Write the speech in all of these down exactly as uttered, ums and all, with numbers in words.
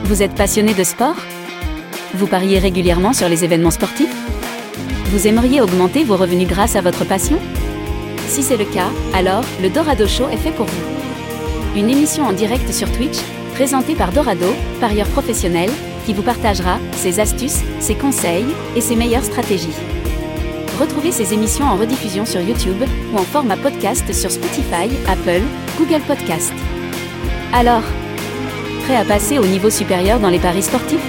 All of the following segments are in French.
Vous êtes passionné de sport? Vous pariez régulièrement sur les événements sportifs? Vous aimeriez augmenter vos revenus grâce à votre passion? Si c'est le cas, alors le Dorado Show est fait pour vous. Une émission en direct sur Twitch, présentée par Dorado, parieur professionnel, qui vous partagera ses astuces, ses conseils et ses meilleures stratégies. Retrouvez ces émissions en rediffusion sur YouTube ou en format podcast sur Spotify, Apple, Google Podcast. Alors, prêt à passer au niveau supérieur dans les paris sportifs?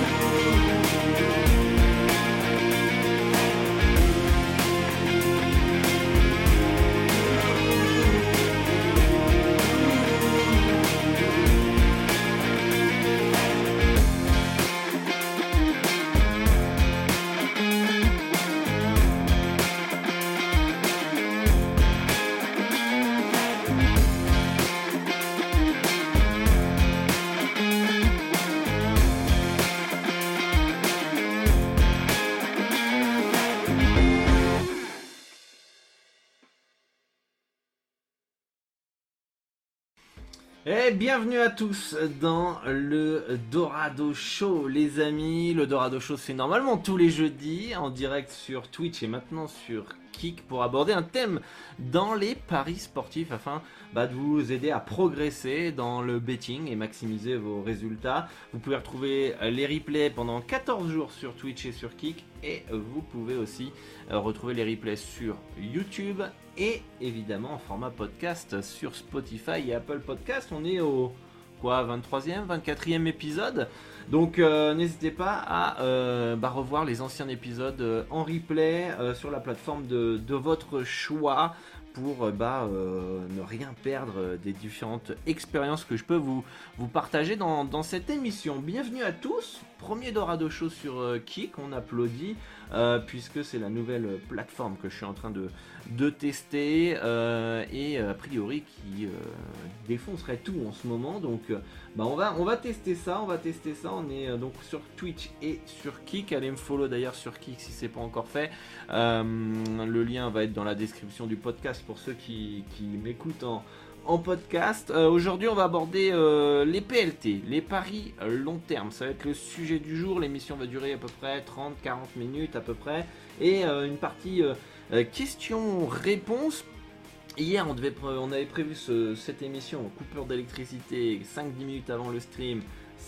Et bienvenue à tous dans le Dorado Show, les amis. Le Dorado Show, c'est normalement tous les jeudis en direct sur Twitch et maintenant sur Kick pour aborder un thème dans les paris sportifs afin bah, de vous aider à progresser dans le betting et maximiser vos résultats. Vous pouvez retrouver les replays pendant quatorze jours sur Twitch et sur Kick et vous pouvez aussi retrouver les replays sur YouTube et évidemment en format podcast sur Spotify et Apple Podcast. On est au quoi, vingt-troisième, vingt-quatrième épisode. Donc euh, n'hésitez pas à euh, bah, revoir les anciens épisodes euh, en replay euh, sur la plateforme de, de votre choix pour euh, bah, euh, ne rien perdre des différentes expériences que je peux vous, vous partager dans, dans cette émission. Bienvenue à tous, premier Dorado Show sur euh, Kick, on applaudit euh, puisque c'est la nouvelle plateforme que je suis en train de, de tester euh, et a priori qui euh, défoncerait tout en ce moment. Donc euh, bah, on, va, on va tester ça, on va tester ça, on est euh, donc sur Twitch et sur Kick. Allez me follow d'ailleurs sur Kick si c'est pas encore fait. Euh, le lien va être dans la description du podcast pour ceux qui, qui m'écoutent en, en podcast. Euh, aujourd'hui on va aborder euh, les P L T, les paris long terme. Ça va être le sujet du jour. L'émission va durer à peu près trente à quarante minutes à peu près. Et euh, une partie euh, euh, questions-réponses. Hier on, devait, on avait prévu ce, cette émission en coupure d'électricité cinq à dix minutes avant le stream.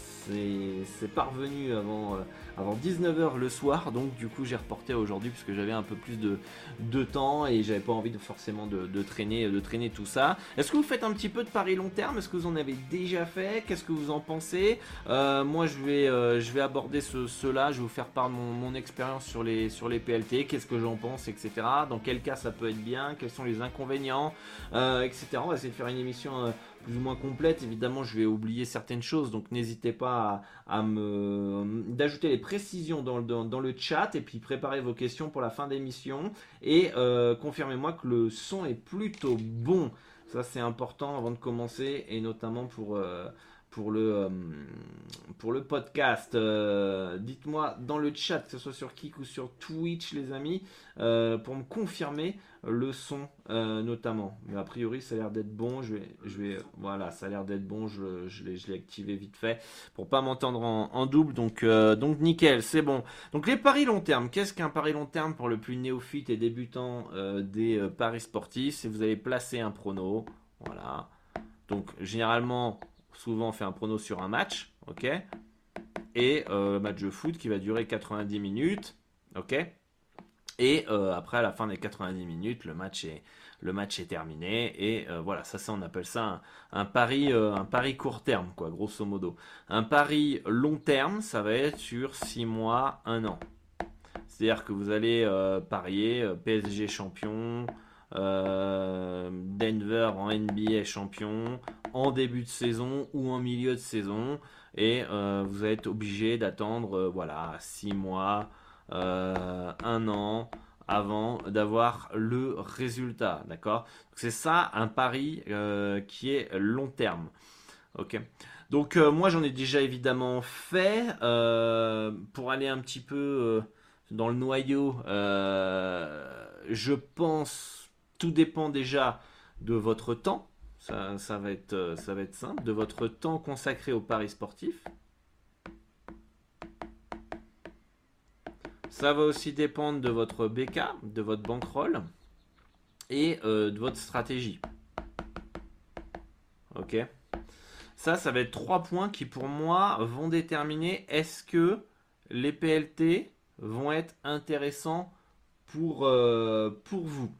C'est parvenu avant, euh, avant dix-neuf heures le soir, donc du coup j'ai reporté aujourd'hui puisque j'avais un peu plus de, de temps et j'avais pas envie de, forcément de, de, traîner, de traîner tout ça. Est-ce que vous faites un petit peu de paris long terme? Est-ce que vous en avez déjà fait? Qu'est-ce que vous en pensez? euh, Moi je vais, euh, je vais aborder ce, cela, je vais vous faire part de mon, mon expérience sur les, sur les P L T, qu'est-ce que j'en pense, et cetera. Dans quel cas ça peut être bien, quels sont les inconvénients, euh, et cetera. On va essayer de faire une émission... Euh, plus ou moins complète. Évidemment je vais oublier certaines choses, donc n'hésitez pas à, à me d'ajouter les précisions dans, dans, dans le chat et puis préparez vos questions pour la fin d'émission et euh, confirmez-moi que le son est plutôt bon. Ça c'est important avant de commencer et notamment pour euh, pour le euh, pour le podcast. Euh, dites-moi dans le chat, que ce soit sur Kick ou sur Twitch les amis, euh, pour me confirmer le son euh, notamment. Mais a priori ça a l'air d'être bon. Je vais, je vais, voilà, ça a l'air d'être bon. Je, je l'ai, je l'ai activé vite fait pour pas m'entendre en, en double. Donc, euh, donc nickel, c'est bon. Donc les paris long terme. Qu'est-ce qu'un pari long terme pour le plus néophyte et débutant euh, des euh, paris sportifs? C'est vous allez placer un prono. Voilà. Donc généralement, souvent on fait un prono sur un match, ok. Et euh, match de foot qui va durer quatre-vingt-dix minutes, ok. Et euh, après, à la fin des quatre-vingt-dix minutes, le match est, le match est terminé. Et euh, voilà, ça, ça, on appelle ça un, un, pari, euh, un pari court terme, quoi, grosso modo. Un pari long terme, ça va être sur six mois, un an. C'est-à-dire que vous allez euh, parier euh, P S G champion, euh, Denver en N B A champion, en début de saison ou en milieu de saison. Et euh, vous êtes obligé d'attendre, euh, voilà, six mois... Euh, un an avant d'avoir le résultat, d'accord? C'est ça un pari euh, qui est long terme, ok? Donc euh, moi j'en ai déjà évidemment fait euh, pour aller un petit peu euh, dans le noyau. Euh, je pense tout dépend déjà de votre temps. Ça, ça va être, ça va être simple, de votre temps consacré au paris sportif. Ça va aussi dépendre de votre B K, de votre bankroll et euh, de votre stratégie. Ok. Ça, ça va être trois points qui pour moi vont déterminer est-ce que les P L T vont être intéressants pour, euh, pour vous.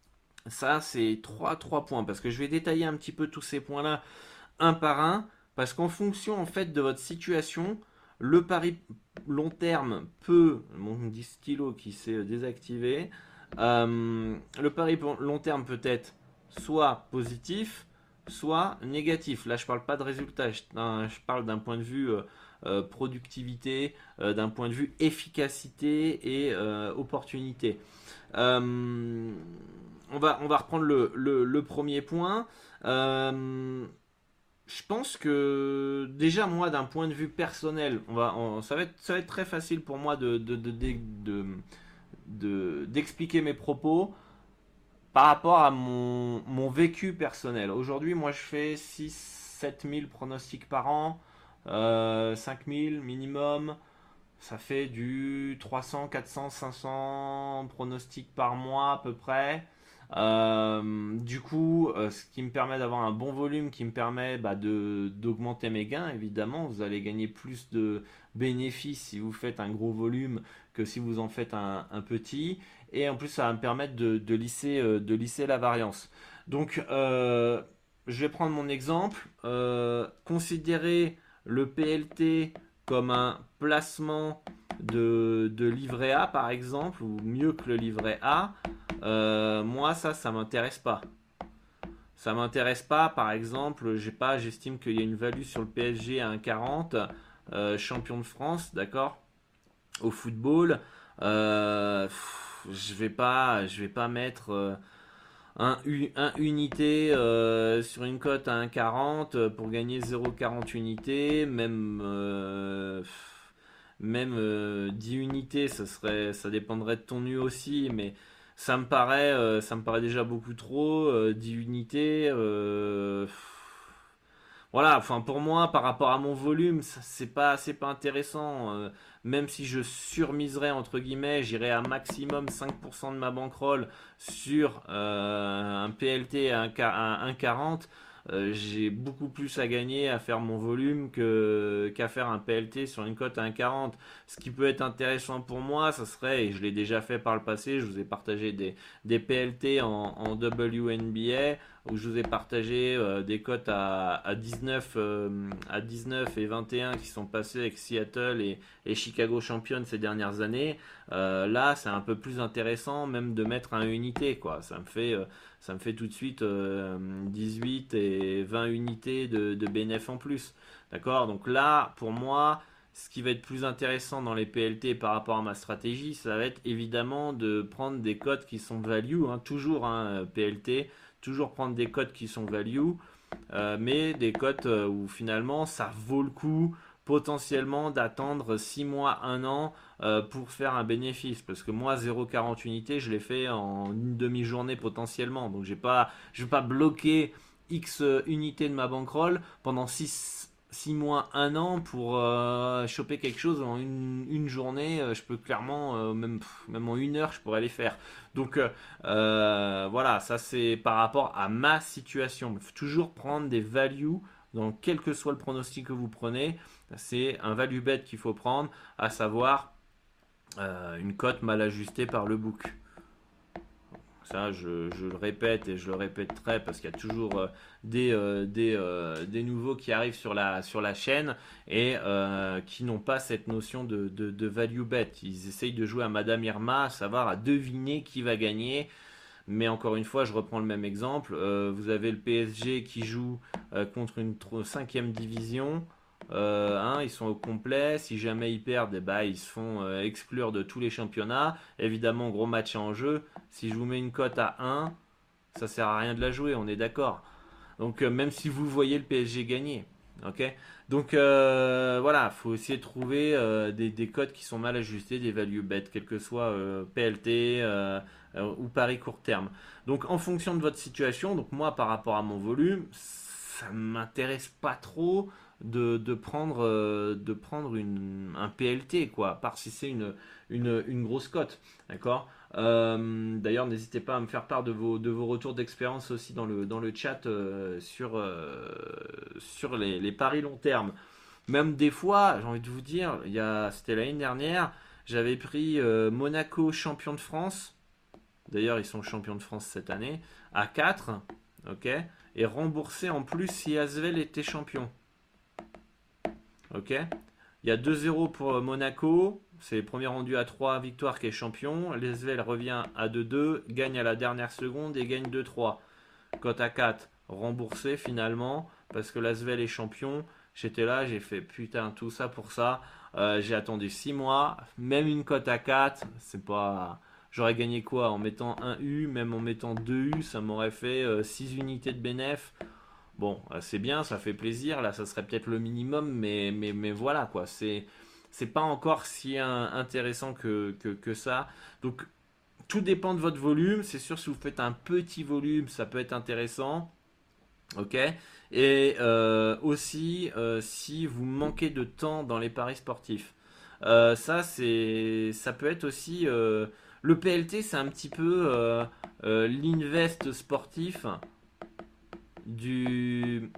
Ça, c'est trois, trois points parce que je vais détailler un petit peu tous ces points-là un par un parce qu'en fonction en fait de votre situation, le pari long terme peut, mon stylo qui s'est désactivé, euh, le pari long terme peut être soit positif, soit négatif. Là, je parle pas de résultat, je, je parle d'un point de vue euh, euh, productivité, euh, d'un point de vue efficacité et euh, opportunité. Euh, on, va, on va reprendre le, le, le premier point. Euh, je pense que déjà moi d'un point de vue personnel, on va, on, ça, va être, ça va être très facile pour moi de, de, de, de, de, de, d'expliquer mes propos par rapport à mon, mon vécu personnel. Aujourd'hui, moi, je fais six sept mille pronostics par an, euh, cinq mille minimum. Ça fait du trois cents, quatre cents, cinq cents pronostics par mois à peu près. Euh, du coup, euh, ce qui me permet d'avoir un bon volume, qui me permet bah, de, d'augmenter mes gains, évidemment. Vous allez gagner plus de bénéfices si vous faites un gros volume que si vous en faites un, un petit. Et en plus, ça va me permettre de, de, lisser, euh, de lisser la variance. Donc, euh, je vais prendre mon exemple. Euh, considérez le P L T comme un placement de, de livret A, par exemple, ou mieux que le livret A. Euh, moi, ça, ça m'intéresse pas. Ça m'intéresse pas, par exemple, j'ai pas, j'estime qu'il y a une value sur le P S G à un virgule quarante, euh, champion de France, d'accord, au football. Euh, pff, je vais pas, je vais pas mettre euh, un, un unité euh, sur une cote à un virgule quarante pour gagner zéro virgule quarante unités, même. Euh, même euh, dix unités, ça serait, ça dépendrait de ton nu aussi, mais ça me paraît, euh, ça me paraît déjà beaucoup trop. Euh, dix unités, euh, voilà. Enfin, pour moi, par rapport à mon volume, ça, c'est pas, c'est pas intéressant. Euh, même si je surmiserais entre guillemets, j'irais à maximum cinq pour cent de ma bankroll sur euh, un P L T à un virgule quarante. Euh, j'ai beaucoup plus à gagner à faire mon volume que, qu'à faire un P L T sur une cote à un virgule quarante. Ce qui peut être intéressant pour moi, ça serait, et je l'ai déjà fait par le passé, je vous ai partagé des, des P L T en, en W N B A, où je vous ai partagé euh, des cotes à, à, dix-neuf, euh, à dix-neuf et vingt et un qui sont passées avec Seattle et, et Chicago Champions ces dernières années. Euh, là, c'est un peu plus intéressant même de mettre un unité, quoi. Ça me fait... Euh, ça me fait tout de suite euh, dix-huit et vingt unités de, de bénéf en plus. D'accord. Donc là, pour moi, ce qui va être plus intéressant dans les P L T par rapport à ma stratégie, ça va être évidemment de prendre des cotes qui sont value, hein, toujours hein, P L T, toujours prendre des cotes qui sont value, euh, mais des cotes euh, où finalement ça vaut le coup potentiellement d'attendre six mois, un an euh, pour faire un bénéfice. Parce que moi, zéro virgule quarante unités, je l'ai fait en une demi-journée potentiellement. Donc, j'ai pas, je ne vais pas bloquer X unités de ma bankroll pendant six mois, un an pour euh, choper quelque chose en une, une journée. Je peux clairement, euh, même, même en une heure, je pourrais les faire. Donc, euh, voilà, ça c'est par rapport à ma situation. Il faut toujours prendre des values dans quel que soit le pronostic que vous prenez. C'est un value bet qu'il faut prendre, à savoir euh, une cote mal ajustée par le book. Ça, je, je le répète et je le répéterai parce qu'il y a toujours euh, des, euh, des, euh, des nouveaux qui arrivent sur la, sur la chaîne et euh, qui n'ont pas cette notion de, de, de value bet. Ils essayent de jouer à Madame Irma, à savoir à deviner qui va gagner. Mais encore une fois, je reprends le même exemple. Euh, vous avez le P S G qui joue euh, contre une cinquième division. Euh, hein, ils sont au complet. Si jamais ils perdent, eh ben, ils se font euh, exclure de tous les championnats. Évidemment, gros match en jeu. Si je vous mets une cote à un, ça sert à rien de la jouer, on est d'accord. Donc euh, même si vous voyez le P S G gagner. Ok. Donc euh, voilà, faut essayer de trouver euh, des, des cotes qui sont mal ajustées, des value bet, quel que soit euh, P L T euh, euh, ou pari court terme. Donc en fonction de votre situation, donc moi par rapport à mon volume, ça m'intéresse pas trop de, de prendre, euh, de prendre une, un P L T, quoi, à part si c'est une, une, une grosse cote, d'accord. Euh, D'ailleurs, n'hésitez pas à me faire part de vos, de vos retours d'expérience aussi dans le, dans le chat euh, sur, euh, sur les, les paris long terme. Même des fois, j'ai envie de vous dire, il y a, c'était l'année dernière, j'avais pris euh, Monaco champion de France. D'ailleurs, ils sont champions de France cette année, à quatre, ok, et remboursé en plus si Asvel était champion. Ok. Il y a deux zéro pour Monaco. C'est le premier rendu à trois victoires qui est champion. L'Asvel revient à deux deux, gagne à la dernière seconde et gagne deux trois. Cote à quatre, remboursé finalement, parce que l'Asvel est champion. J'étais là, j'ai fait putain, tout ça pour ça. Euh, j'ai attendu six mois, même une cote à quatre, c'est pas. J'aurais gagné quoi en mettant un U, même en mettant deux U, ça m'aurait fait euh, six unités de bénéf. Bon, euh, c'est bien, ça fait plaisir. Là, ça serait peut-être le minimum, mais, mais, mais voilà quoi. C'est, c'est pas encore si un- intéressant que, que, que ça. Donc, tout dépend de votre volume. C'est sûr, si vous faites un petit volume, ça peut être intéressant. Ok. Et euh, aussi, euh, si vous manquez de temps dans les paris sportifs. Euh, ça, c'est, ça peut être aussi. Euh, le P L T, c'est un petit peu euh, euh, l'invest sportif du,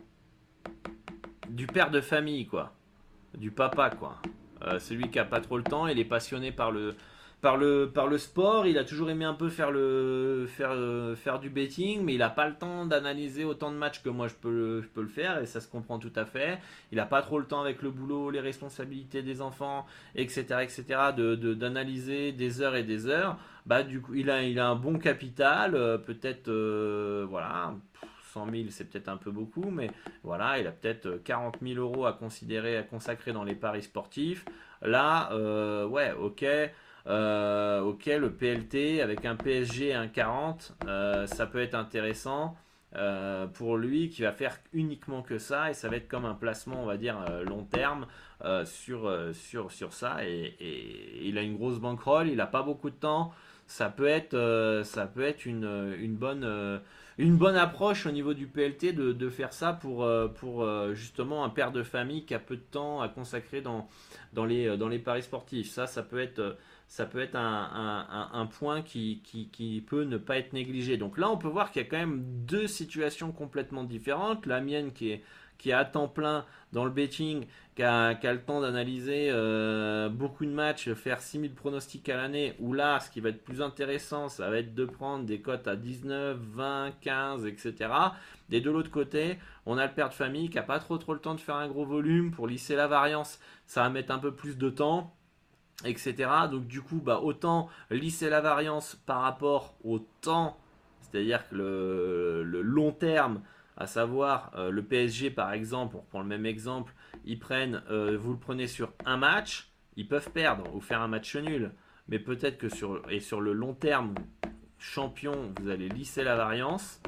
du père de famille, quoi. Du papa, quoi. Euh, celui qui a pas trop le temps, il est passionné par le, par le, par le sport, il a toujours aimé un peu faire, le, faire, euh, faire du betting, mais il n'a pas le temps d'analyser autant de matchs que moi je peux, le, je peux le faire, et ça se comprend tout à fait. Il n'a pas trop le temps avec le boulot, les responsabilités des enfants, et cetera, et cetera, de, de, d'analyser des heures et des heures. Bah, du coup, il a, il a un bon capital, euh, peut-être, euh, voilà, cent mille, c'est peut-être un peu beaucoup, mais voilà, il a peut-être quarante mille euros à considérer, à consacrer dans les paris sportifs. Là, euh, ouais, ok. Euh, ok, le P L T avec un P S G à un quarante, euh, ça peut être intéressant euh, pour lui qui va faire uniquement que ça et ça va être comme un placement, on va dire, euh, long terme euh, sur, euh, sur, sur ça. Et, et il a une grosse bankroll, il n'a pas beaucoup de temps. Ça peut être, euh, ça peut être une, une, bonne, euh, une bonne approche au niveau du P L T de, de faire ça pour, euh, pour euh, justement un père de famille qui a peu de temps à consacrer dans, dans, les, dans les paris sportifs. Ça, ça peut être ça peut être un, un, un point qui, qui, qui peut ne pas être négligé. Donc là, on peut voir qu'il y a quand même deux situations complètement différentes. La mienne qui est, qui est à temps plein dans le betting, qui a, qui a le temps d'analyser euh, beaucoup de matchs, faire six mille pronostics à l'année, où là, ce qui va être plus intéressant, ça va être de prendre des cotes à dix-neuf, vingt, quinze, et cetera. Et de l'autre côté, on a le père de famille qui n'a pas trop, trop le temps de faire un gros volume. Pour lisser la variance, ça va mettre un peu plus de temps, et cetera. Donc du coup, bah, autant lisser la variance par rapport au temps, c'est-à-dire que le, le long terme, à savoir euh, le P S G par exemple, on reprend le même exemple, ils prennent, euh, vous le prenez sur un match, ils peuvent perdre ou faire un match nul, mais peut-être que sur, et sur le long terme, champion, vous allez lisser la variance,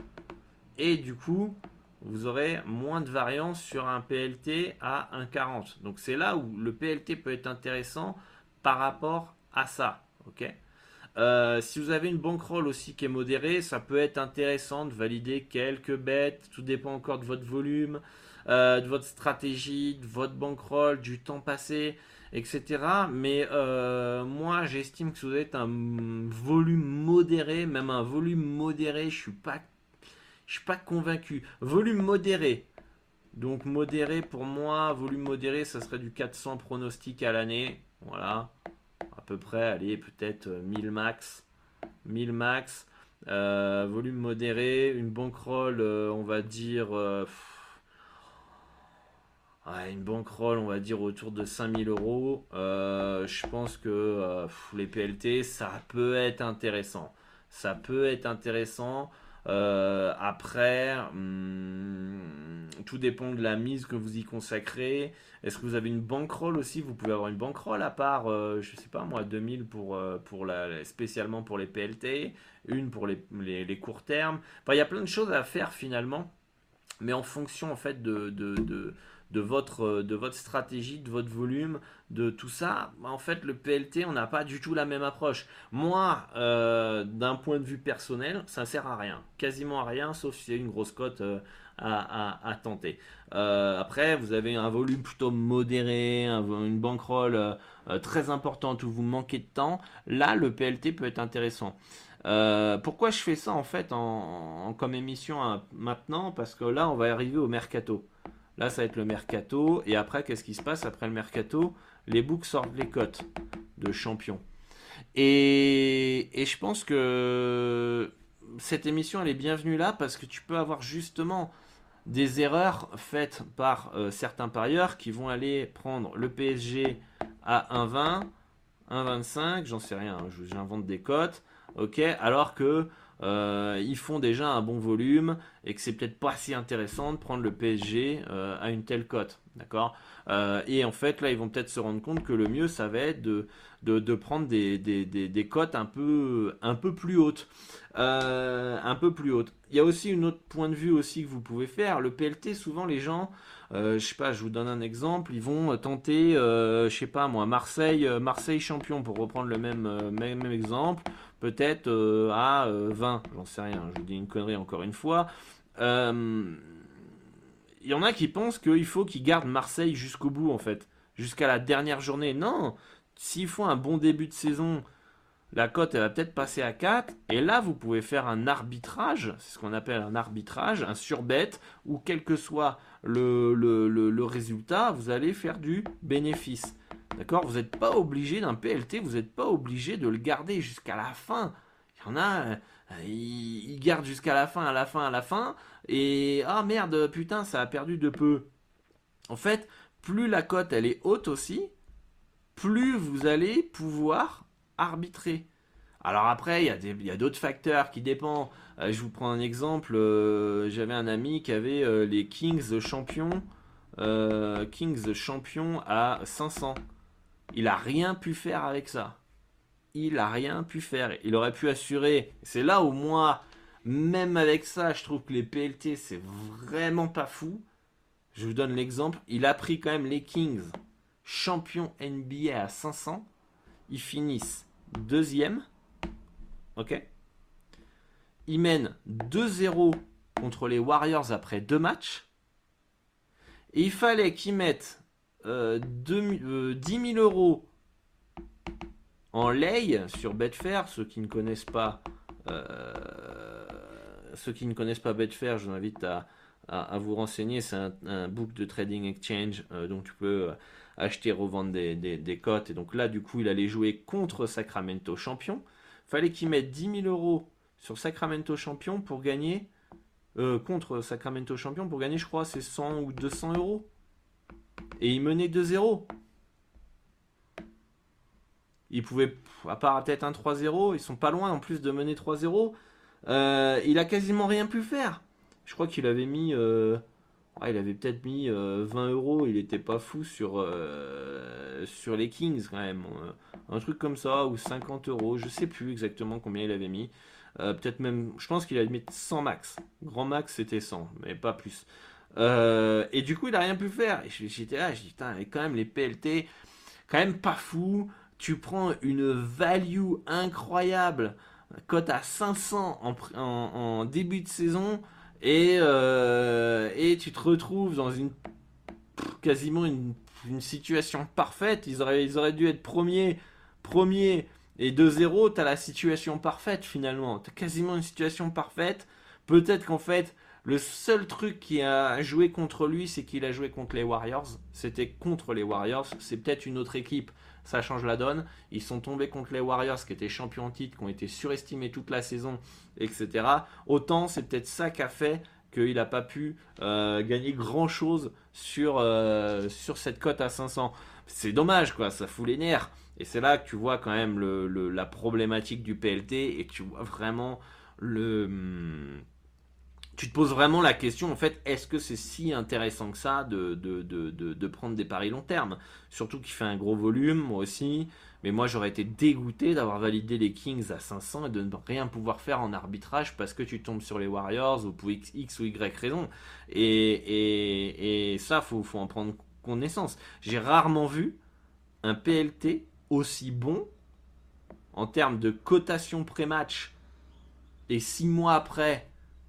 et du coup, vous aurez moins de variance sur un P L T à un virgule quarante. Donc c'est là où le P L T peut être intéressant par rapport à ça, ok. Euh, si vous avez une bankroll aussi qui est modérée, ça peut être intéressant de valider quelques bêtes. Tout dépend encore de votre volume, euh, de votre stratégie, de votre bankroll, du temps passé, et cetera. Mais euh, moi, j'estime que si vous êtes un volume modéré, même un volume modéré, je suis pas, je suis pas convaincu. Volume modéré. Donc modéré pour moi, volume modéré, ça serait du quatre cents pronostics à l'année. Voilà, à peu près, allez, peut-être mille max. mille max. Euh, volume modéré, une bankroll, euh, on va dire. Euh, ouais, une bankroll, on va dire autour de cinq mille euros. Euh, je pense que euh, les P L T, ça peut être intéressant. Ça peut être intéressant. Euh, après, hum, tout dépend de la mise que vous y consacrez. Est-ce que vous avez une bankroll aussi? Vous pouvez avoir une bankroll à part, euh, je sais pas moi, deux mille pour, euh, pour la, spécialement pour les P L T, une pour les, les, les courts termes. Enfin, il y a plein de choses à faire finalement, mais en fonction en fait de, de, de, de, votre, de votre stratégie, de votre volume, de tout ça. En fait, le P L T, on n'a pas du tout la même approche. Moi, euh, d'un point de vue personnel, ça sert à rien, quasiment à rien, sauf si c'est une grosse cote, euh, à, à, à tenter. Euh, après, vous avez un volume plutôt modéré, un, une bankroll euh, euh, très importante où vous manquez de temps. Là, le P L T peut être intéressant. Euh, pourquoi je fais ça en fait en, en- comme émission hein, maintenant? Parce que là, on va arriver au mercato. Là, ça va être le mercato. Et après, qu'est-ce qui se passe après le mercato? Les books sortent les cotes de champions. Et, et je pense que cette émission, elle est bienvenue là parce que tu peux avoir justement des erreurs faites par euh, certains parieurs qui vont aller prendre le P S G à un vingt, un vingt-cinq, j'en sais rien, j'invente des cotes, ok, alors que euh, ils font déjà un bon volume et que c'est peut-être pas si intéressant de prendre le P S G euh, à une telle cote, d'accord. Euh, et en fait là ils vont peut-être se rendre compte que le mieux ça va être de, de, de prendre des, des, des, des cotes un peu, un peu plus hautes, euh, un peu plus hautes. Il y a aussi une autre point de vue aussi que vous pouvez faire. Le P L T, souvent les gens, euh, je sais pas, je vous donne un exemple, ils vont tenter, euh, je sais pas moi, Marseille, euh, Marseille champion pour reprendre le même, euh, même, même exemple, peut-être euh, à euh, vingt, j'en sais rien, je vous dis une connerie encore une fois. Euh, Il y en a qui pensent qu'il faut qu'ils gardent Marseille jusqu'au bout en fait, jusqu'à la dernière journée. Non, s'ils font un bon début de saison, la cote elle va peut-être passer à quatre et là vous pouvez faire un arbitrage, c'est ce qu'on appelle un arbitrage, un surbet, où quel que soit le, le, le, le résultat, vous allez faire du bénéfice. D'accord. Vous n'êtes pas obligé d'un P L T, vous n'êtes pas obligé de le garder jusqu'à la fin. Il y en a, euh, ils, ils gardent jusqu'à la fin, à la fin, à la fin, et ah merde, putain, ça a perdu de peu. En fait, plus la cote elle est haute aussi, plus vous allez pouvoir arbitrer. Alors après, il y a, des- il y a d'autres facteurs qui dépendent. Euh, je vous prends un exemple. euh, J'avais un ami qui avait euh, les Kings champions, euh, Kings champions à cinq cents. Il a rien pu faire avec ça. Il a rien pu faire. Il aurait pu assurer. C'est là où moi, même avec ça, je trouve que les P L T c'est vraiment pas fou. Je vous donne l'exemple. Il a pris quand même les Kings champions N B A à cinq cents. Ils finissent deuxième. Ok. Ils mènent deux zéro contre les Warriors après deux matchs. Et il fallait qu'ils mettent euh, deux, euh, dix mille euros en lay sur Betfair. Ceux qui ne connaissent pas, euh, ceux qui ne connaissent pas Betfair, je vous invite à, à, à vous renseigner. C'est un, un book de trading exchange, euh, donc tu peux euh, acheter, revendre des, des, des cotes. Et donc là, du coup, il allait jouer contre Sacramento champion. Fallait qu'il mette dix mille euros sur Sacramento champion pour gagner, euh, contre Sacramento champion pour gagner, je crois, c'est cent ou deux cents euros. Et il menait deux zéro. Il pouvait, à part peut-être un trois zéro, ils sont pas loin en plus de mener trois zéro. Euh, il a quasiment rien pu faire. Je crois qu'il avait mis, euh, ah, il avait peut-être mis euh, vingt euros. Il était pas fou sur, euh, sur les Kings quand même. Euh, un truc comme ça, ou cinquante euros. Je sais plus exactement combien il avait mis. Euh, peut-être même, je pense qu'il avait mis cent max. Grand max c'était cent, mais pas plus. Euh, et du coup, il a rien pu faire. Et j'étais là, j'ai dit, putain, mais quand même, les P L T, quand même pas fou. Tu prends une value incroyable, cote à cinq cents en, en, en début de saison, et, euh, et tu te retrouves dans une quasiment une, une situation parfaite. Ils auraient, ils auraient dû être premiers, premiers et deux zéro. T'as la situation parfaite finalement. T'as quasiment une situation parfaite. Peut-être qu'en fait, le seul truc qui a joué contre lui, c'est qu'il a joué contre les Warriors. C'était contre les Warriors. C'est peut-être une autre équipe. Ça change la donne. Ils sont tombés contre les Warriors qui étaient champions en titre, qui ont été surestimés toute la saison, et cetera. Autant c'est peut-être ça qui a fait qu'il n'a pas pu euh, gagner grand-chose sur, euh, sur cette cote à cinq cents. C'est dommage, quoi. Ça fout les nerfs. Et c'est là que tu vois quand même le, le, la problématique du P L T et que tu vois vraiment le... Hum, tu te poses vraiment la question, en fait, est-ce que c'est si intéressant que ça de, de, de, de, de prendre des paris long terme? Surtout qu'il fait un gros volume, moi aussi. Mais moi, j'aurais été dégoûté d'avoir validé les Kings à cinq cents et de ne rien pouvoir faire en arbitrage parce que tu tombes sur les Warriors ou pour X, X ou Y raison. Et, et, et ça, il faut, faut en prendre connaissance. J'ai rarement vu un P L T aussi bon en termes de cotation pré-match et six mois après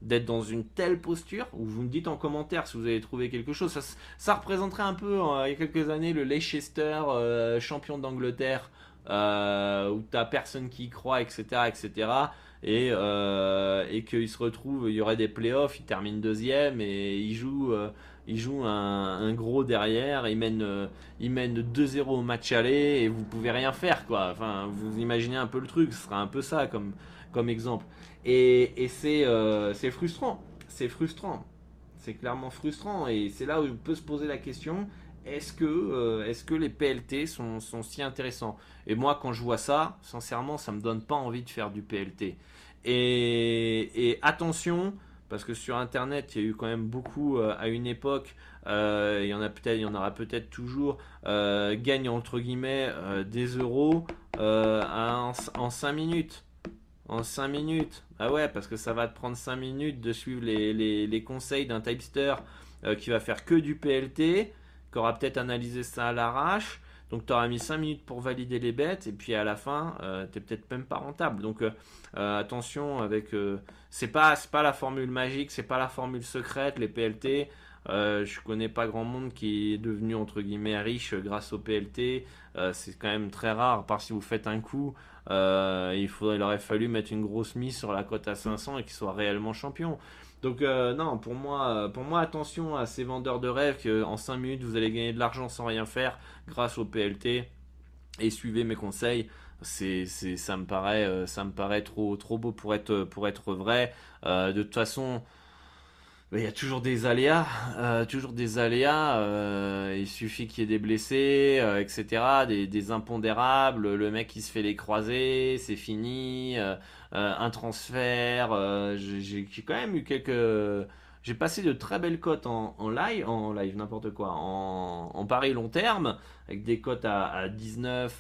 d'être dans une telle posture, ou vous me dites en commentaire si vous avez trouvé quelque chose. Ça, ça représenterait un peu, euh, il y a quelques années, le Leicester euh, champion d'Angleterre, euh, où t'as personne qui y croit, et cetera, et cetera. Et, euh, et qu'il se retrouve, il y aurait des playoffs, il termine deuxième et il joue, euh, il joue un, un gros derrière, il mène, euh, il mène deux zéro au match aller et vous pouvez rien faire, quoi. Enfin, vous imaginez un peu le truc, ce sera un peu ça comme, comme exemple. Et, et c'est, euh, c'est frustrant, c'est frustrant, c'est clairement frustrant et c'est là où on peut se poser la question. Est-ce que, euh, est-ce que les P L T sont, sont si intéressants? Et moi, quand je vois ça, sincèrement, ça me donne pas envie de faire du P L T. Et, et attention, parce que sur Internet, il y a eu quand même beaucoup euh, à une époque. Euh, il y en a peut-être, il y en aura peut-être toujours. Euh, gagne entre guillemets euh, des euros euh, en, en cinq minutes. En cinq minutes. Ah ouais, parce que ça va te prendre cinq minutes de suivre les, les, les conseils d'un typester euh, qui va faire que du P L T, qui aura peut-être analysé ça à l'arrache. Donc tu auras mis cinq minutes pour valider les bêtes et puis à la fin, euh, tu n'es peut-être même pas rentable. Donc euh, euh, attention avec... Euh, c'est pas, c'est pas la formule magique, c'est pas la formule secrète, les P L T. Euh, je connais pas grand monde qui est devenu entre guillemets riche grâce au P L T. Euh, c'est quand même très rare, à part si vous faites un coup. Euh, il, faudrait, il aurait fallu mettre une grosse mise sur la cote à cinq cents et qu'il soit réellement champion. Donc euh, non, pour moi, pour moi, attention à ces vendeurs de rêves qu'en cinq minutes vous allez gagner de l'argent sans rien faire grâce au P L T et suivez mes conseils. C'est, c'est, ça me paraît, euh, ça me paraît trop, trop beau pour être, pour être vrai. Euh, de toute façon, il y a toujours des aléas, euh, toujours des aléas. Euh, il suffit qu'il y ait des blessés, euh, et cetera, des, des impondérables. Le mec qui se fait les croisés, c'est fini. Euh, euh, un transfert. Euh, j'ai, j'ai quand même eu quelques. J'ai passé de très belles cotes en, en live, en live n'importe quoi, en, en pari long terme, avec des cotes à, à dix-neuf,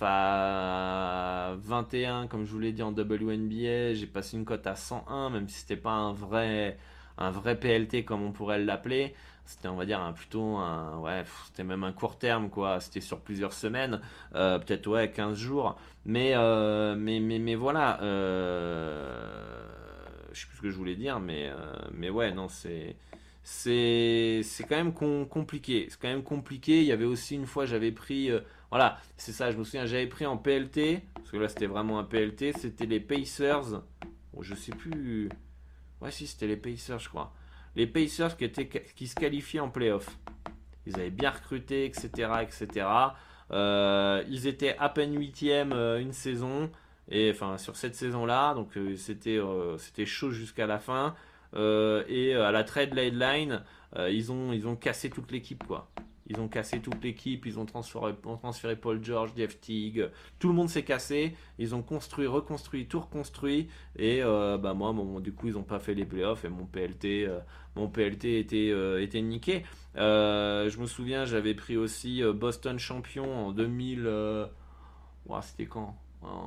à vingt et un, comme je vous l'ai dit en W N B A. J'ai passé une cote à cent un, même si c'était pas un vrai un vrai P L T comme on pourrait l'appeler. C'était, on va dire, un, plutôt un, ouais, c'était même un court terme, quoi. C'était sur plusieurs semaines, euh, peut-être, ouais, quinze jours. Mais, euh, mais, mais, mais voilà, euh, je sais plus ce que je voulais dire, mais, euh, mais ouais, non, c'est, c'est, c'est quand même com- compliqué. C'est quand même compliqué. Il y avait aussi une fois, j'avais pris, euh, voilà, c'est ça, je me souviens, j'avais pris en P L T, parce que là, c'était vraiment un P L T, c'était les Pacers. Bon, je sais plus. Ouais, si, c'était les Pacers, je crois. Les Pacers qui, étaient, qui se qualifiaient en playoff. Ils avaient bien recruté, et cetera, et cetera. Euh, ils étaient à peine huitième euh, une saison, et enfin sur cette saison-là, donc euh, c'était euh, c'était chaud jusqu'à la fin. Euh, et euh, à la trade deadline, euh, ils ont ils ont cassé toute l'équipe, quoi. Ils ont cassé toute l'équipe, ils ont transféré, ont transféré Paul George, Jeff Teague, tout le monde s'est cassé, ils ont construit, reconstruit, tout reconstruit, et euh, bah moi, bon, du coup, ils n'ont pas fait les playoffs, et mon P L T, euh, mon P L T était, euh, était niqué. Euh, je me souviens, j'avais pris aussi euh, Boston champion en deux mille... Euh, ouah, c'était quand?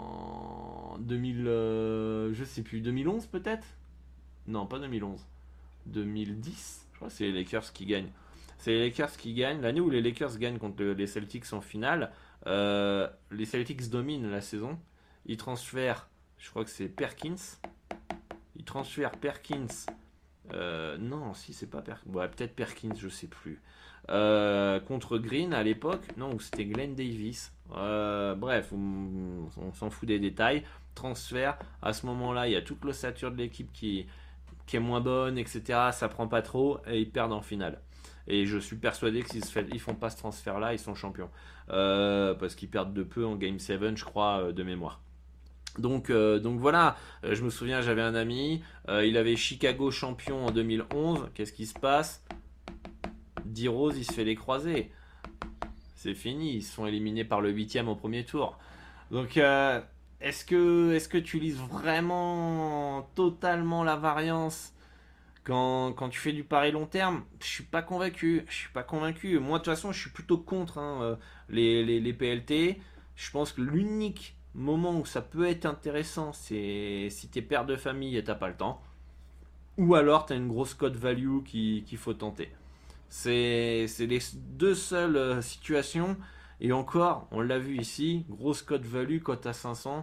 En deux mille... Euh, je sais plus, deux mille onze peut-être? Non, pas deux mille onze. deux mille dix? Je crois que c'est les Lakers qui gagnent. C'est les Lakers qui gagnent. L'année où les Lakers gagnent contre les Celtics en finale, euh, les Celtics dominent la saison. Ils transfèrent, je crois que c'est Perkins. Ils transfèrent Perkins. Euh, non, si c'est pas Perkins. Ouais, peut-être Perkins, je sais plus. Euh, contre Green à l'époque. Non, c'était Glenn Davis. Euh, bref, on, on s'en fout des détails. Transfert. À ce moment-là, il y a toute l'ossature de l'équipe qui, qui est moins bonne, et cetera. Ça prend pas trop et ils perdent en finale. Et je suis persuadé que s'ils ne font pas ce transfert-là, ils sont champions. Euh, parce qu'ils perdent de peu en Game sept, je crois, de mémoire. Donc, euh, donc voilà, euh, je me souviens, j'avais un ami, euh, il avait Chicago champion en deux mille onze. Qu'est-ce qui se passe? D-Rose, il se fait les croisés. C'est fini, ils se sont éliminés par le huitième au premier tour. Donc, euh, est-ce que, est-ce que tu lises vraiment totalement la variance Quand, quand tu fais du pari long terme, je suis pas convaincu. Je suis pas convaincu. Moi, de toute façon, je suis plutôt contre hein, euh, les, les, les P L T. Je pense que l'unique moment où ça peut être intéressant, c'est si t'es père de famille et t'as pas le temps. Ou alors t'as une grosse cote value qui, qu'il faut tenter. C'est, c'est les deux seules euh, situations. Et encore, on l'a vu ici, grosse cote value, cote à cinq cents.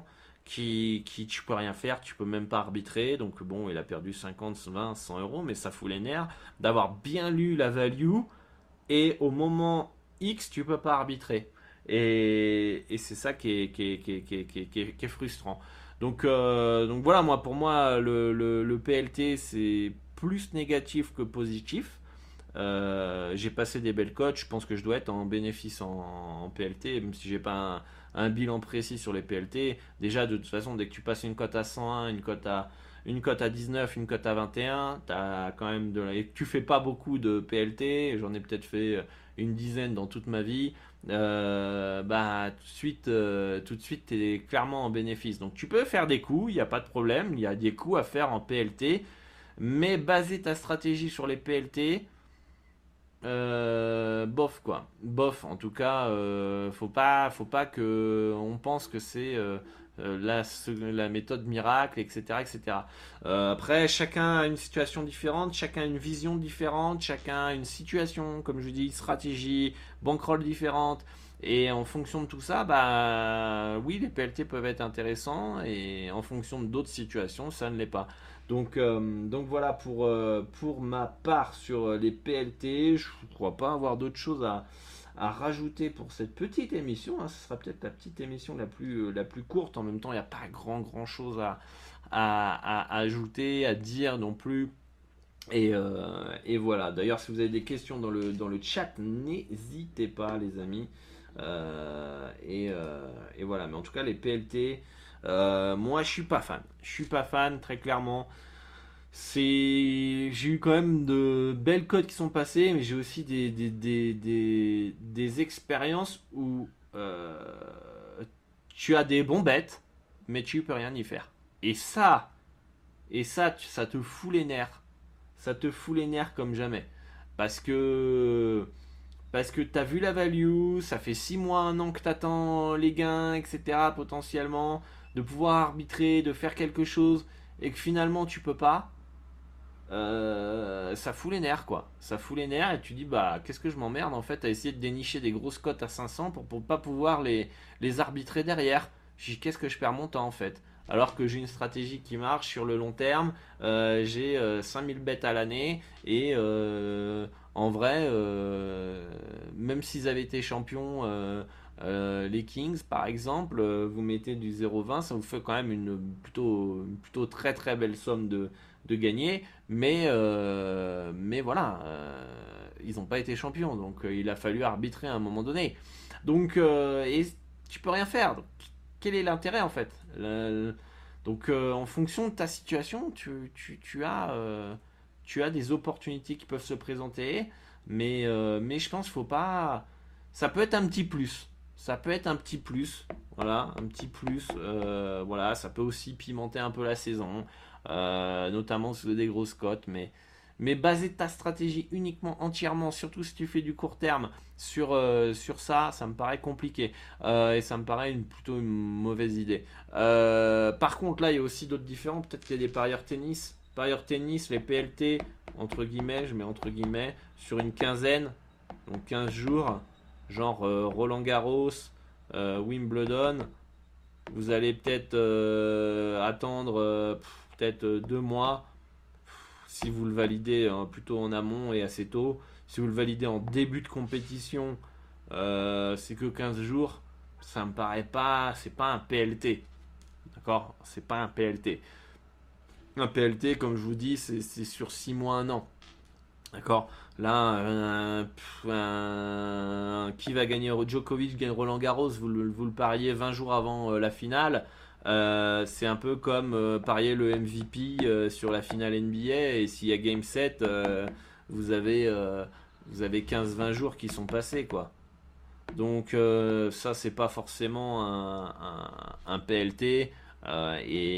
qui, qui tu peux rien faire, tu peux même pas arbitrer. Donc bon, il a perdu cinquante, vingt, cent euros, mais ça fout les nerfs d'avoir bien lu la value et au moment X, tu peux pas arbitrer. Et, et c'est ça qui est, qui est, qui est, qui est, qui est, qui est- qui est frustrant. Donc, euh, donc voilà, moi pour moi, le, le, le P L T c'est plus négatif que positif. Euh, j'ai passé des belles cotes, je pense que je dois être en bénéfice en, en P L T, même si j'ai pas un, un bilan précis sur les P L T. Déjà, de toute façon, dès que tu passes une cote à cent un, une cote à, une cote à dix-neuf, une cote à vingt et un, t'as quand même de la... et tu fais pas beaucoup de P L T, j'en ai peut-être fait une dizaine dans toute ma vie. Euh, bah tout de suite, euh, tout de suite, t'es clairement en bénéfice. Donc tu peux faire des coups, il n'y a pas de problème, il y a des coups à faire en P L T, mais baser ta stratégie sur les P L T. Euh, bof quoi, bof. En tout cas, euh, faut pas, faut pas que on pense que c'est euh, euh, la, la méthode miracle, et cetera, et cetera. Euh, après, chacun a une situation différente, chacun a une vision différente, chacun a une situation, comme je dis, stratégie, bankroll différente. Et en fonction de tout ça, bah oui, les P L T peuvent être intéressants, et en fonction d'autres situations, ça ne l'est pas. Donc, euh, donc voilà pour, euh, pour ma part sur les P L T. Je ne crois pas avoir d'autres choses à, à rajouter pour cette petite émission. Hein. Ce sera peut-être la petite émission la plus, la plus courte. En même temps, il n'y a pas grand, grand chose à, à, à ajouter, à dire non plus. Et, euh, et voilà. D'ailleurs, si vous avez des questions dans le, dans le chat, n'hésitez pas, les amis. Euh, et, euh, et voilà. Mais en tout cas, les P L T. Euh, moi, je suis pas fan. Je suis pas fan, très clairement. C'est, j'ai eu quand même de belles codes qui sont passées, mais j'ai aussi des, des, des, des, des expériences où euh, tu as des bons bêtes, mais tu peux rien y faire. Et ça, et ça, tu- ça te fout les nerfs. Ça te fout les nerfs comme jamais. Parce que parce que tu as vu la value, ça fait six mois, un an que tu attends les gains, et cetera potentiellement, de pouvoir arbitrer, de faire quelque chose, et que finalement tu peux pas, euh, ça fout les nerfs quoi. Ça fout les nerfs et tu dis bah qu'est-ce que je m'emmerde en fait à essayer de dénicher des grosses cotes à cinq cents pour, pour pas pouvoir les, les arbitrer derrière. Je dis qu'est-ce que je perds mon temps en fait. Alors que j'ai une stratégie qui marche sur le long terme, euh, j'ai euh, cinq mille bêtes à l'année et euh, en vrai, euh, même s'ils avaient été champions, euh, euh, les Kings par exemple, euh, vous mettez du zéro virgule vingt, ça vous fait quand même une plutôt, une plutôt très très belle somme de, de gagner. Mais, euh, mais voilà, euh, ils n'ont pas été champions, donc euh, il a fallu arbitrer à un moment donné. Donc, euh, et tu peux rien faire. Donc, quel est l'intérêt en fait? Le- donc euh, en fonction de ta situation, tu, tu, tu as, euh, tu as des opportunités qui peuvent se présenter, mais, euh, mais je pense qu'il faut pas. Ça peut être un petit plus. Ça peut être un petit plus. Voilà, un petit plus. Euh, voilà, ça peut aussi pimenter un peu la saison, euh, notamment si vous avez des grosses cotes, mais. Mais baser ta stratégie uniquement, entièrement, surtout si tu fais du court terme, sur, euh, sur ça, ça me paraît compliqué. Euh, et ça me paraît une, plutôt une mauvaise idée. Euh, par contre, là, il y a aussi d'autres différents. Peut-être qu'il y a des parieurs tennis. Parieurs tennis, les P L T, entre guillemets, je mets entre guillemets, sur une quinzaine, donc quinze jours, genre euh, Roland Garros, euh, Wimbledon. Vous allez peut-être euh, attendre euh, pff, peut-être euh, deux mois si vous le validez hein, plutôt en amont et assez tôt. Si vous le validez en début de compétition, euh, c'est que quinze jours. Ça me paraît pas, c'est pas un P L T. D'accord? C'est pas un P L T. Un P L T, comme je vous dis, c'est c'est sur six mois, un an. D'accord? Là, un- pff, un- qui va gagner Djokovic gagne Roland Garros, vous le, vous le pariez vingt jours avant euh, la finale. Euh, c'est un peu comme euh, parier le M V P euh, sur la finale N B A et s'il y a Game sept, euh, vous avez, euh, vous avez quinze vingt jours qui sont passés quoi. Donc euh, ça c'est pas forcément un, un- un P L T euh,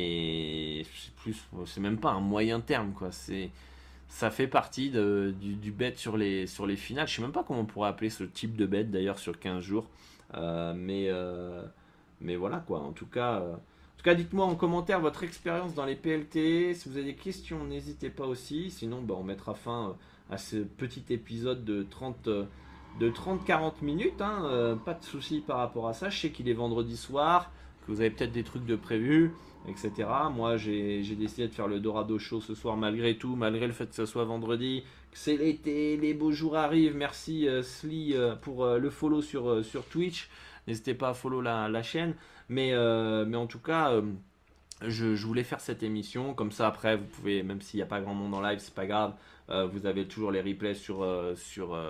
et c'est plus, c'est même pas un moyen terme quoi. C'est, ça fait partie de- du, du bet sur les, sur les finales. Je sais même pas comment on pourrait appeler ce type de bet d'ailleurs sur quinze jours. Euh, mais, euh, mais voilà quoi. En tout cas, euh, en tout cas, dites-moi en commentaire votre expérience dans les P L T. Si vous avez des questions, n'hésitez pas aussi. Sinon, bah, on mettra fin euh, à ce petit épisode de trente, euh, de trente quarante minutes. Hein. Euh, pas de souci par rapport à ça. Je sais qu'il est vendredi soir, que vous avez peut-être des trucs de prévus, et cetera. Moi, j'ai, j'ai décidé de faire le Dorado Show ce soir malgré tout, malgré le fait que ce soit vendredi, que c'est l'été, les beaux jours arrivent. Merci euh, Sly euh, pour euh, le follow sur, euh, sur Twitch. N'hésitez pas à follow la, la chaîne. Mais, euh, mais en tout cas, euh, je, je voulais faire cette émission. Comme ça, après, vous pouvez, même s'il n'y a pas grand monde en live, c'est pas grave. Euh, vous avez toujours les replays sur... Euh, sur euh,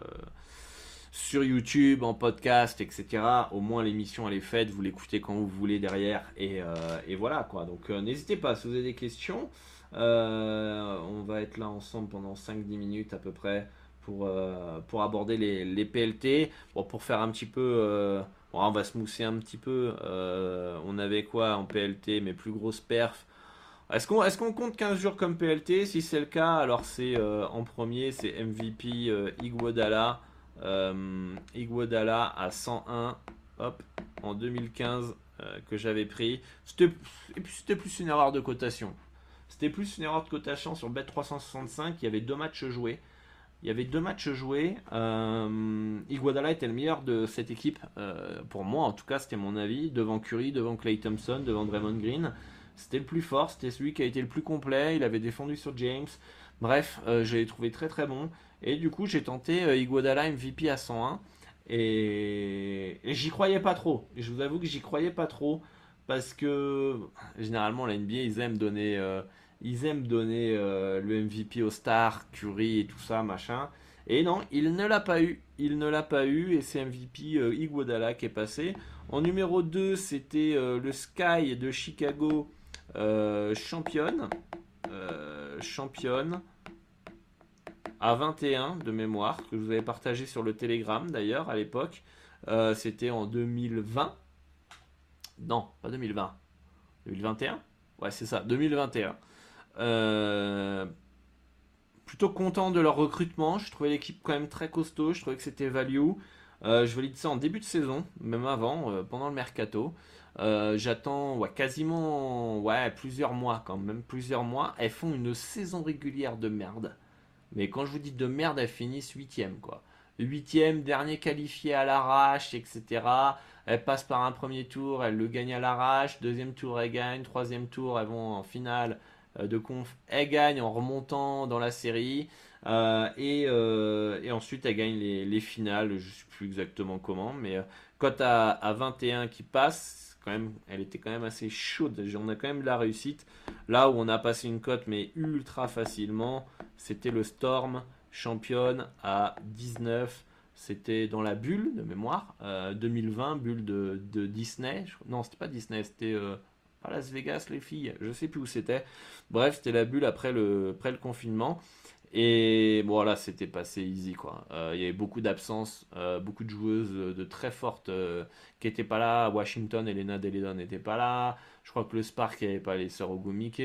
sur YouTube, en podcast, et cetera. Au moins l'émission elle est faite, vous l'écoutez quand vous voulez derrière et, euh, et voilà quoi. Donc euh, n'hésitez pas si vous avez des questions. Euh, on va être là ensemble pendant cinq dix minutes à peu près pour, euh, pour aborder les, les P L T. Bon, pour faire un petit peu, euh, bon, on va se mousser un petit peu. Euh, on avait quoi en P L T, mes plus grosses perfs. Est-ce qu'on, est-ce qu'on compte quinze jours comme P L T? Si c'est le cas, alors c'est euh, en premier, c'est M V P euh, Iguodala. Euh, Iguodala à cent un, hop, en deux mille quinze euh, que j'avais pris. C'était, et puis c'était plus une erreur de cotation. C'était plus une erreur de cotation sur Bet trois cent soixante-cinq. Il y avait deux matchs joués. Il y avait deux matchs joués. Euh, Iguodala était le meilleur de cette équipe. Euh, pour moi, en tout cas, c'était mon avis. Devant Curry, devant Klay Thompson, devant Draymond Green. C'était le plus fort. C'était celui qui a été le plus complet. Il avait défendu sur James. Bref, euh, je l'ai trouvé très très bon. Et du coup, j'ai tenté euh, Iguodala M V P à cent un. Et, et j'y croyais pas trop. Et je vous avoue que j'y croyais pas trop. Parce que généralement, la N B A, ils aiment donner, euh, ils aiment donner euh, le M V P aux stars, Curry et tout ça, machin. Et non, il ne l'a pas eu. Il ne l'a pas eu. Et c'est M V P euh, Iguodala qui est passé. En numéro deux, c'était euh, le Sky de Chicago, euh, championne. Euh, championne. À vingt et un de mémoire, que je vous avais partagé sur le Telegram d'ailleurs à l'époque. Euh, c'était en deux mille vingt. Non, pas deux mille vingt. deux mille vingt et un. Ouais, c'est ça, deux mille vingt et un. Euh, plutôt content de leur recrutement. Je trouvais l'équipe quand même très costaud. Je trouvais que c'était value. Euh, je valide ça en début de saison, même avant, euh, pendant le mercato. Euh, j'attends ouais, quasiment ouais, plusieurs mois quand même, plusieurs mois. Elles font une saison régulière de merde. Mais quand je vous dis de merde, elles finissent huitième quoi. Huitième, dernier qualifié à l'arrache, et cetera. Elles passent par un premier tour, elles le gagnent à l'arrache. Deuxième tour, elles gagnent. Troisième tour, elles vont en finale de conf. Elles gagnent en remontant dans la série. Euh, et, euh, et ensuite, elles gagnent les, les finales. Je ne sais plus exactement comment. Mais euh, quand à, à vingt et un qui passe, quand même, elle était quand même assez chaude. On a quand même de la réussite. Là où on a passé une cote, mais ultra facilement, c'était le Storm championne à dix-neuf. C'était dans la bulle de mémoire, euh, deux mille vingt, bulle de, de Disney. Non, c'était pas Disney, c'était euh, pas Las Vegas, les filles. Je sais plus où c'était. Bref, c'était la bulle après le, après le confinement. Et bon, là, c'était passé easy, quoi. Euh, il y avait beaucoup d'absences, euh, beaucoup de joueuses de très fortes euh, qui n'étaient pas là. À Washington, Elena Deledon n'était pas là. Je crois que le Spark, il n'y avait pas les sœurs Ogumike.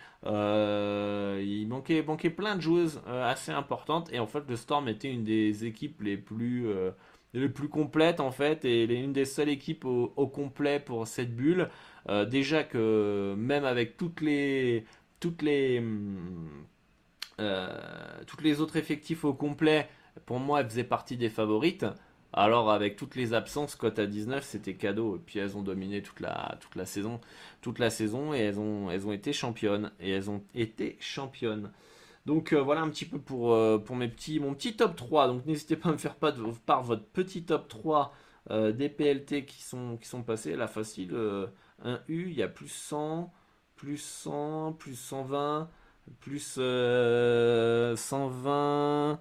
Euh, il manquait, manquait plein de joueuses euh, assez importantes. Et en fait, le Storm était une des équipes les plus, euh, les plus complètes, en fait. Et une des seules équipes au, au complet pour cette bulle. Euh, déjà que même avec toutes les... Toutes les hum, Euh, toutes les autres effectifs au complet, pour moi, elles faisaient partie des favorites. Alors, avec toutes les absences, cote à dix-neuf, c'était cadeau. Et puis, elles ont dominé toute la, toute la saison. Toute la saison, et elles ont, elles ont été championnes. Et elles ont été championnes. Donc, euh, voilà un petit peu pour, euh, pour mes petits, mon petit top trois. Donc, n'hésitez pas à me faire part, de, part votre petit top trois euh, des P L T qui sont, qui sont passés. Là, facile. Euh, un U, il y a plus cent, plus cent, plus cent vingt. Plus euh, cent vingt,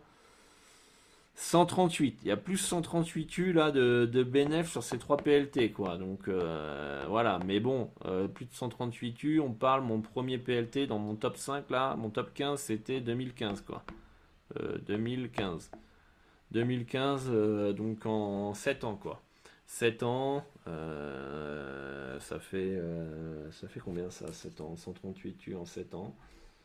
cent trente-huit. Il y a plus cent trente-huit U là de, de bénéf sur ces trois P L T quoi. Donc euh, voilà. Mais bon, euh, plus de cent trente-huit U. On parle, mon premier P L T dans mon top cinq là, mon top quinze c'était deux mille quinze quoi. Euh, deux mille quinze. deux mille quinze, euh, donc en sept ans quoi. sept ans, euh, ça fait euh, ça fait combien ça? sept ans, cent trente-huit U en sept ans.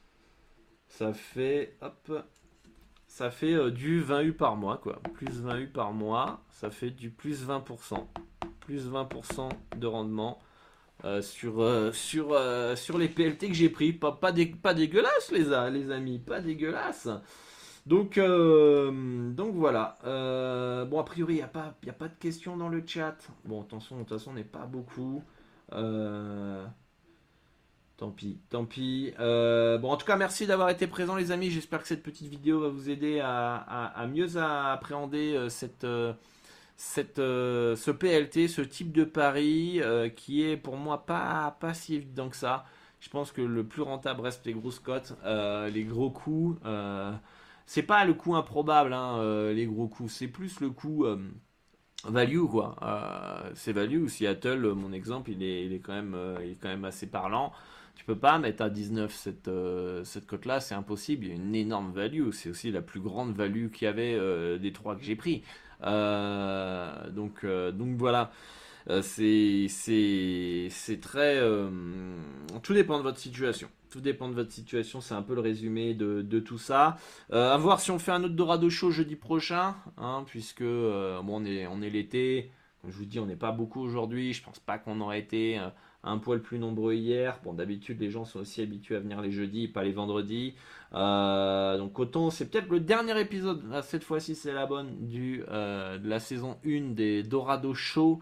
Ça fait, hop, ça fait euh, du vingt U par mois, quoi. Plus vingt U par mois, ça fait du plus vingt pour cent. Plus vingt pour cent de rendement euh, sur, euh, sur, euh, sur les P L T que j'ai pris. Pas, pas, dé, pas dégueulasse, les, les amis, pas dégueulasse. Donc, euh, donc voilà. Euh, bon, a priori, il n'y a, a pas de questions dans le chat. Bon, attention, de toute façon, on n'est pas beaucoup. Euh... Tant pis, tant pis. Euh, bon, en tout cas, merci d'avoir été présents, les amis. J'espère que cette petite vidéo va vous aider à, à, à mieux appréhender euh, cette, euh, cette, euh, ce P L T, ce type de pari euh, qui est pour moi pas, pas si évident que ça. Je pense que le plus rentable reste les grosses cotes, euh, les gros coups. Euh, c'est pas le coup improbable, hein, euh, les gros coups. C'est plus le coup euh, value, quoi. Euh, c'est value. Seattle, mon exemple, il est, il est quand même, euh, il est quand même assez parlant. Tu peux pas mettre à dix-neuf cette, euh, cette cote-là, c'est impossible. Il y a une énorme value. C'est aussi la plus grande value qu'il y avait euh, des trois que j'ai pris. Euh, donc, euh, donc voilà. Euh, c'est, c'est, c'est très. Euh, tout dépend de votre situation. Tout dépend de votre situation. C'est un peu le résumé de, de tout ça. Euh, à voir si on fait un autre Dorado Show jeudi prochain, hein, puisque euh, bon, on est, on est l'été. Comme je vous dis, on n'est pas beaucoup aujourd'hui. Je pense pas qu'on aurait été. Euh, un poil plus nombreux hier. Bon, d'habitude, les gens sont aussi habitués à venir les jeudis, pas les vendredis. Euh, donc, autant, c'est peut-être le dernier épisode, là, cette fois-ci, c'est la bonne, du, euh, de la saison un des Dorado Show.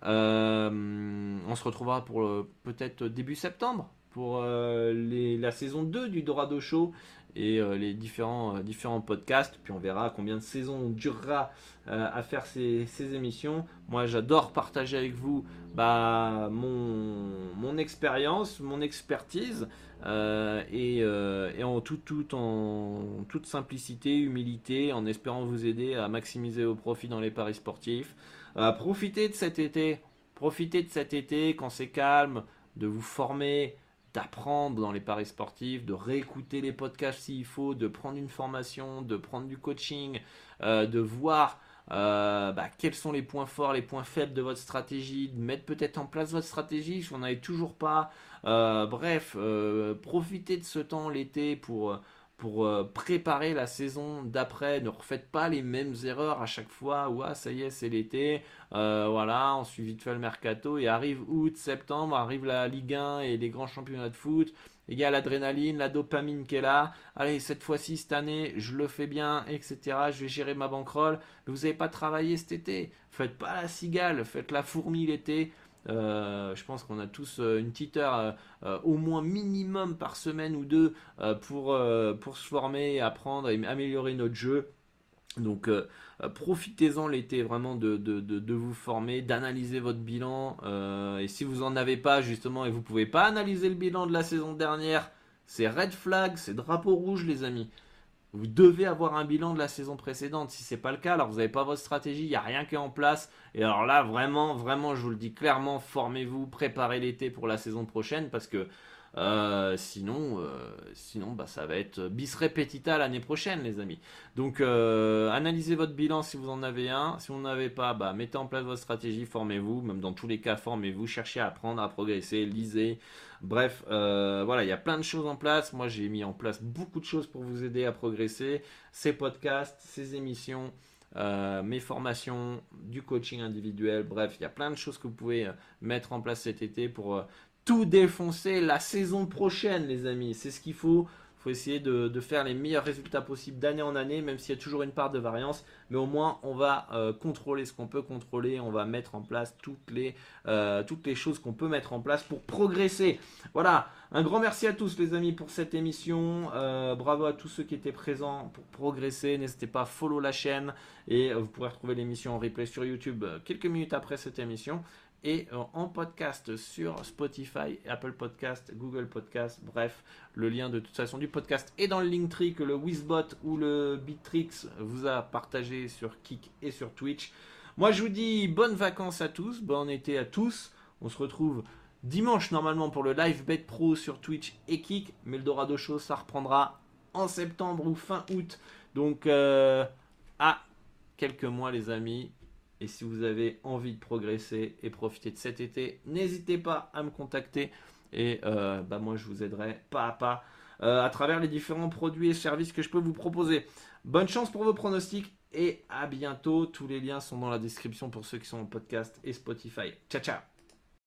Euh, on se retrouvera pour euh, peut-être début septembre pour euh, les, la saison deux du Dorado Show et euh, les différents, euh, différents podcasts. Puis on verra combien de saisons on durera euh, à faire ces, ces émissions. Moi, j'adore partager avec vous bah, mon, mon expérience, mon expertise euh, et, euh, et en tout, tout en toute simplicité, humilité, en espérant vous aider à maximiser vos profits dans les paris sportifs. Euh, profitez de cet été, profitez de cet été quand c'est calme, de vous former, d'apprendre dans les paris sportifs, de réécouter les podcasts s'il faut, de prendre une formation, de prendre du coaching, euh, de voir euh, bah, quels sont les points forts, les points faibles de votre stratégie, de mettre peut-être en place votre stratégie si vous n'en avez toujours pas. Euh, bref, euh, profitez de ce temps l'été pour... pour euh, préparer la saison d'après. Ne refaites pas les mêmes erreurs à chaque fois. Ouais, ça y est, c'est l'été. Euh, voilà, on suit vite fait le mercato et arrive août, septembre, arrive la Ligue un et les grands championnats de foot. Il y a l'adrénaline, la dopamine qui est là. Allez, cette fois-ci, cette année, je le fais bien, et cetera. Je vais gérer ma bankroll. Mais vous n'avez pas travaillé cet été. Faites pas la cigale, faites la fourmi l'été. Euh, je pense qu'on a tous euh, une petite heure euh, euh, au moins minimum par semaine ou deux euh, pour, euh, pour se former, apprendre et améliorer notre jeu. Donc euh, euh, profitez-en l'été vraiment de, de, de, de vous former, d'analyser votre bilan. Euh, et si vous n'en avez pas justement et vous ne pouvez pas analyser le bilan de la saison dernière, c'est red flag, c'est drapeau rouge les amis. Vous devez avoir un bilan de la saison précédente. Si c'est pas le cas, alors vous n'avez pas votre stratégie, il n'y a rien qui est en place. Et alors là, vraiment, vraiment, je vous le dis clairement, formez-vous, préparez l'été pour la saison prochaine parce que euh, sinon, euh, sinon bah, ça va être bis repetita l'année prochaine, les amis. Donc, euh, analysez votre bilan si vous en avez un. Si vous n'en avez pas, bah, mettez en place votre stratégie, formez-vous. Même dans tous les cas, formez-vous, cherchez à apprendre, à progresser, lisez. Bref, euh, voilà, il y a plein de choses en place. Moi, j'ai mis en place beaucoup de choses pour vous aider à progresser. Ces podcasts, ces émissions, euh, mes formations, du coaching individuel. Bref, il y a plein de choses que vous pouvez euh, mettre en place cet été pour euh, tout défoncer la saison prochaine, les amis. C'est ce qu'il faut. Il faut essayer de, de faire les meilleurs résultats possibles d'année en année, même s'il y a toujours une part de variance. Mais au moins, on va euh, contrôler ce qu'on peut contrôler. On va mettre en place toutes les, euh, toutes les choses qu'on peut mettre en place pour progresser. Voilà, un grand merci à tous les amis pour cette émission. Euh, bravo à tous ceux qui étaient présents pour progresser. N'hésitez pas à follow la chaîne. Et euh, vous pourrez retrouver l'émission en replay sur YouTube euh, quelques minutes après cette émission. Et en podcast sur Spotify, Apple Podcast, Google Podcast, bref, le lien de toute façon du podcast est dans le Linktree que le Wizbot ou le Bitrix vous a partagé sur Kik et sur Twitch. Moi je vous dis bonnes vacances à tous, bon été à tous, on se retrouve dimanche normalement pour le Live Bet Pro sur Twitch et Kik, mais le Dorado Show ça reprendra en septembre ou fin août, donc euh, à quelques mois les amis. Et si vous avez envie de progresser et profiter de cet été, n'hésitez pas à me contacter. Et euh, bah moi, je vous aiderai pas à pas euh, à travers les différents produits et services que je peux vous proposer. Bonne chance pour vos pronostics et à bientôt. Tous les liens sont dans la description pour ceux qui sont en podcast et Spotify. Ciao, ciao.